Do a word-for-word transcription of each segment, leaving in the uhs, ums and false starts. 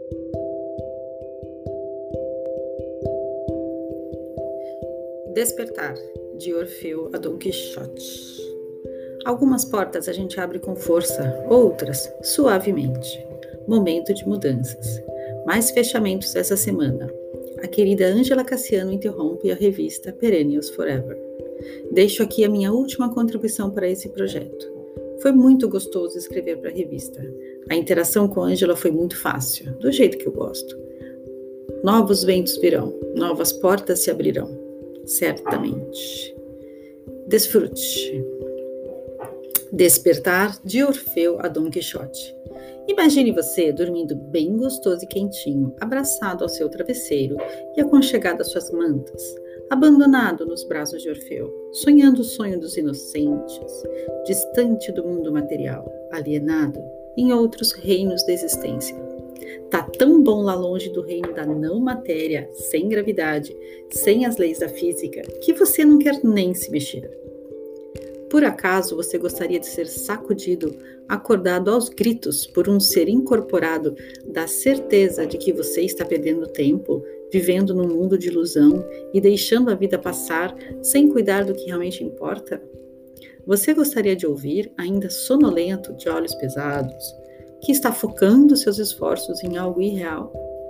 Despertar, de Orfeu a Dom Quixote. Algumas portas a gente abre com força, outras suavemente. Momento de mudanças. Mais fechamentos essa semana. A querida Ângela Cassiano interrompe a revista Perennials Forever. Deixo aqui a minha última contribuição para esse projeto. Foi muito gostoso escrever para a revista. A interação com a Ângela foi muito fácil, do jeito que eu gosto. Novos ventos virão, novas portas se abrirão. Certamente. Desfrute. Despertar, de Orfeu a Dom Quixote. Imagine você dormindo bem gostoso e quentinho, abraçado ao seu travesseiro e aconchegado às suas mantas, abandonado nos braços de Orfeu, sonhando o sonho dos inocentes, distante do mundo material, alienado em outros reinos da existência. Tá tão bom lá longe do reino da não matéria, sem gravidade, sem as leis da física, que você não quer nem se mexer. Por acaso você gostaria de ser sacudido, acordado aos gritos por um ser incorporado da certeza de que você está perdendo tempo, vivendo num mundo de ilusão e deixando a vida passar sem cuidar do que realmente importa? Você gostaria de ouvir, ainda sonolento, de olhos pesados, que está focando seus esforços em algo irreal?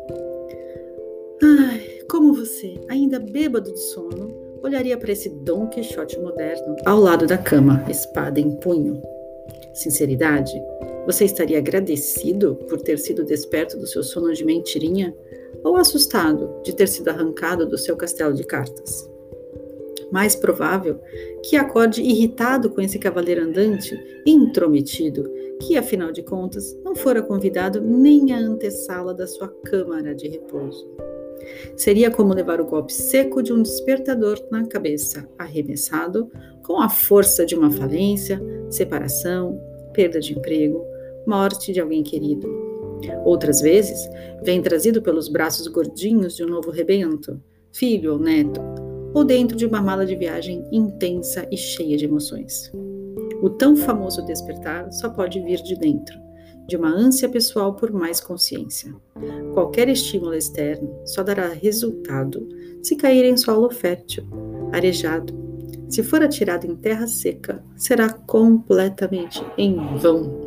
Ai, como você, ainda bêbado de sono, olharia para esse Dom Quixote moderno ao lado da cama, espada em punho? Sinceridade, você estaria agradecido por ter sido desperto do seu sono de mentirinha ou assustado de ter sido arrancado do seu castelo de cartas? Mais provável que acorde irritado com esse cavaleiro andante intrometido, que, afinal de contas, não fora convidado nem à antessala da sua câmara de repouso. Seria como levar o golpe seco de um despertador na cabeça, arremessado com a força de uma falência, separação, perda de emprego, morte de alguém querido. Outras vezes, vem trazido pelos braços gordinhos de um novo rebento, filho ou neto, ou dentro de uma mala de viagem intensa e cheia de emoções. O tão famoso despertar só pode vir de dentro, de uma ânsia pessoal por mais consciência. Qualquer estímulo externo só dará resultado se cair em solo fértil, arejado. Se for atirado em terra seca, será completamente em vão.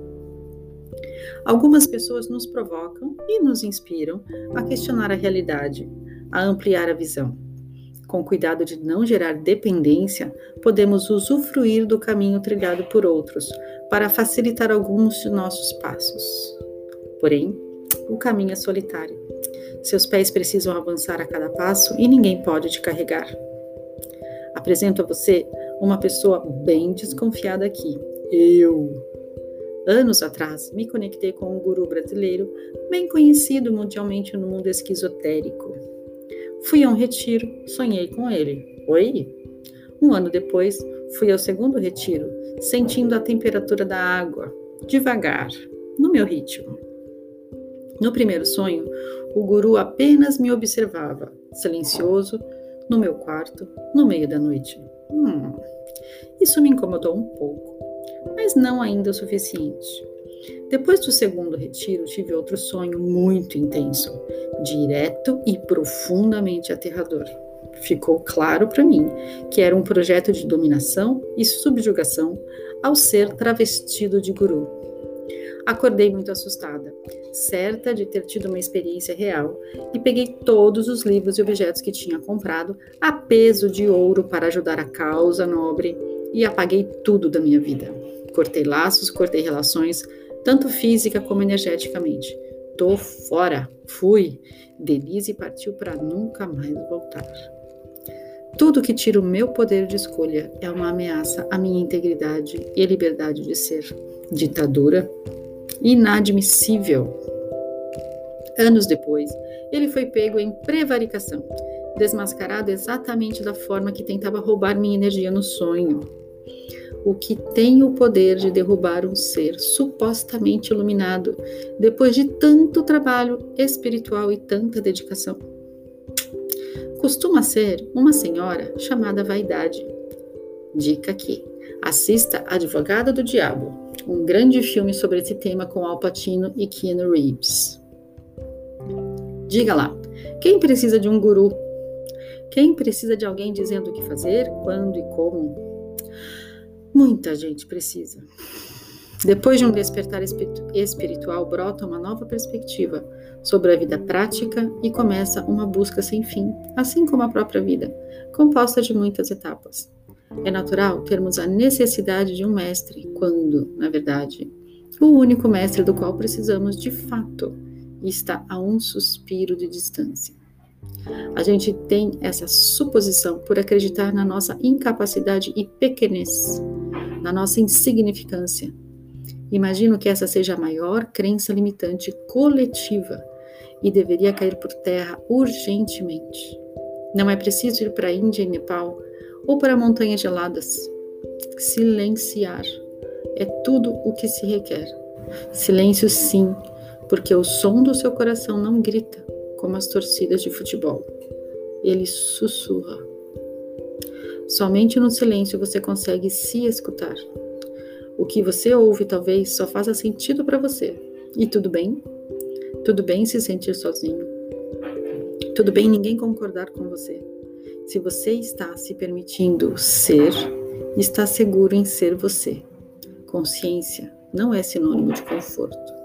Algumas pessoas nos provocam e nos inspiram a questionar a realidade, a ampliar a visão. Com cuidado de não gerar dependência, podemos usufruir do caminho trilhado por outros para facilitar alguns de nossos passos. Porém, o caminho é solitário. Seus pés precisam avançar a cada passo e ninguém pode te carregar. Apresento a você uma pessoa bem desconfiada aqui. Eu. Anos atrás, me conectei com um guru brasileiro bem conhecido mundialmente no mundo esquizotérico. Fui a um retiro, sonhei com ele. Oi? Um ano depois, fui ao segundo retiro, sentindo a temperatura da água, devagar, no meu ritmo. No primeiro sonho, o guru apenas me observava, silencioso, no meu quarto, no meio da noite. Hum, isso me incomodou um pouco, mas não ainda o suficiente. Depois do segundo retiro, tive outro sonho muito intenso, direto e profundamente aterrador. Ficou claro para mim que era um projeto de dominação e subjugação ao ser travestido de guru. Acordei muito assustada, certa de ter tido uma experiência real, e peguei todos os livros e objetos que tinha comprado a peso de ouro para ajudar a causa nobre e apaguei tudo da minha vida. Cortei laços, cortei relações, tanto física como energeticamente. Tô fora, fui. Denise partiu para nunca mais voltar. Tudo que tira o meu poder de escolha é uma ameaça à minha integridade e liberdade de ser. Ditadura inadmissível. Anos depois, ele foi pego em prevaricação, desmascarado exatamente da forma que tentava roubar minha energia no sonho. O que tem o poder de derrubar um ser supostamente iluminado, depois de tanto trabalho espiritual e tanta dedicação? Costuma ser uma senhora chamada vaidade. Dica aqui: assista Advogada do Diabo, um grande filme sobre esse tema com Al Pacino e Keanu Reeves. Diga lá, quem precisa de um guru? Quem precisa de alguém dizendo o que fazer, quando e como? Muita gente precisa. Depois de um despertar espiritual, brota uma nova perspectiva sobre a vida prática e começa uma busca sem fim, assim como a própria vida, composta de muitas etapas. É natural termos a necessidade de um mestre, quando, na verdade, o único mestre do qual precisamos de fato está a um suspiro de distância. A gente tem essa suposição por acreditar na nossa incapacidade e pequenez, na nossa insignificância. Imagino que essa seja a maior crença limitante coletiva e deveria cair por terra urgentemente. Não é preciso ir para a Índia e Nepal ou para montanhas geladas. Silenciar é tudo o que se requer. Silêncio, sim, porque o som do seu coração não grita como as torcidas de futebol. Ele sussurra. Somente no silêncio você consegue se escutar. O que você ouve talvez só faça sentido para você. E tudo bem? Tudo bem se sentir sozinho. Tudo bem ninguém concordar com você. Se você está se permitindo ser, está seguro em ser você. Consciência não é sinônimo de conforto.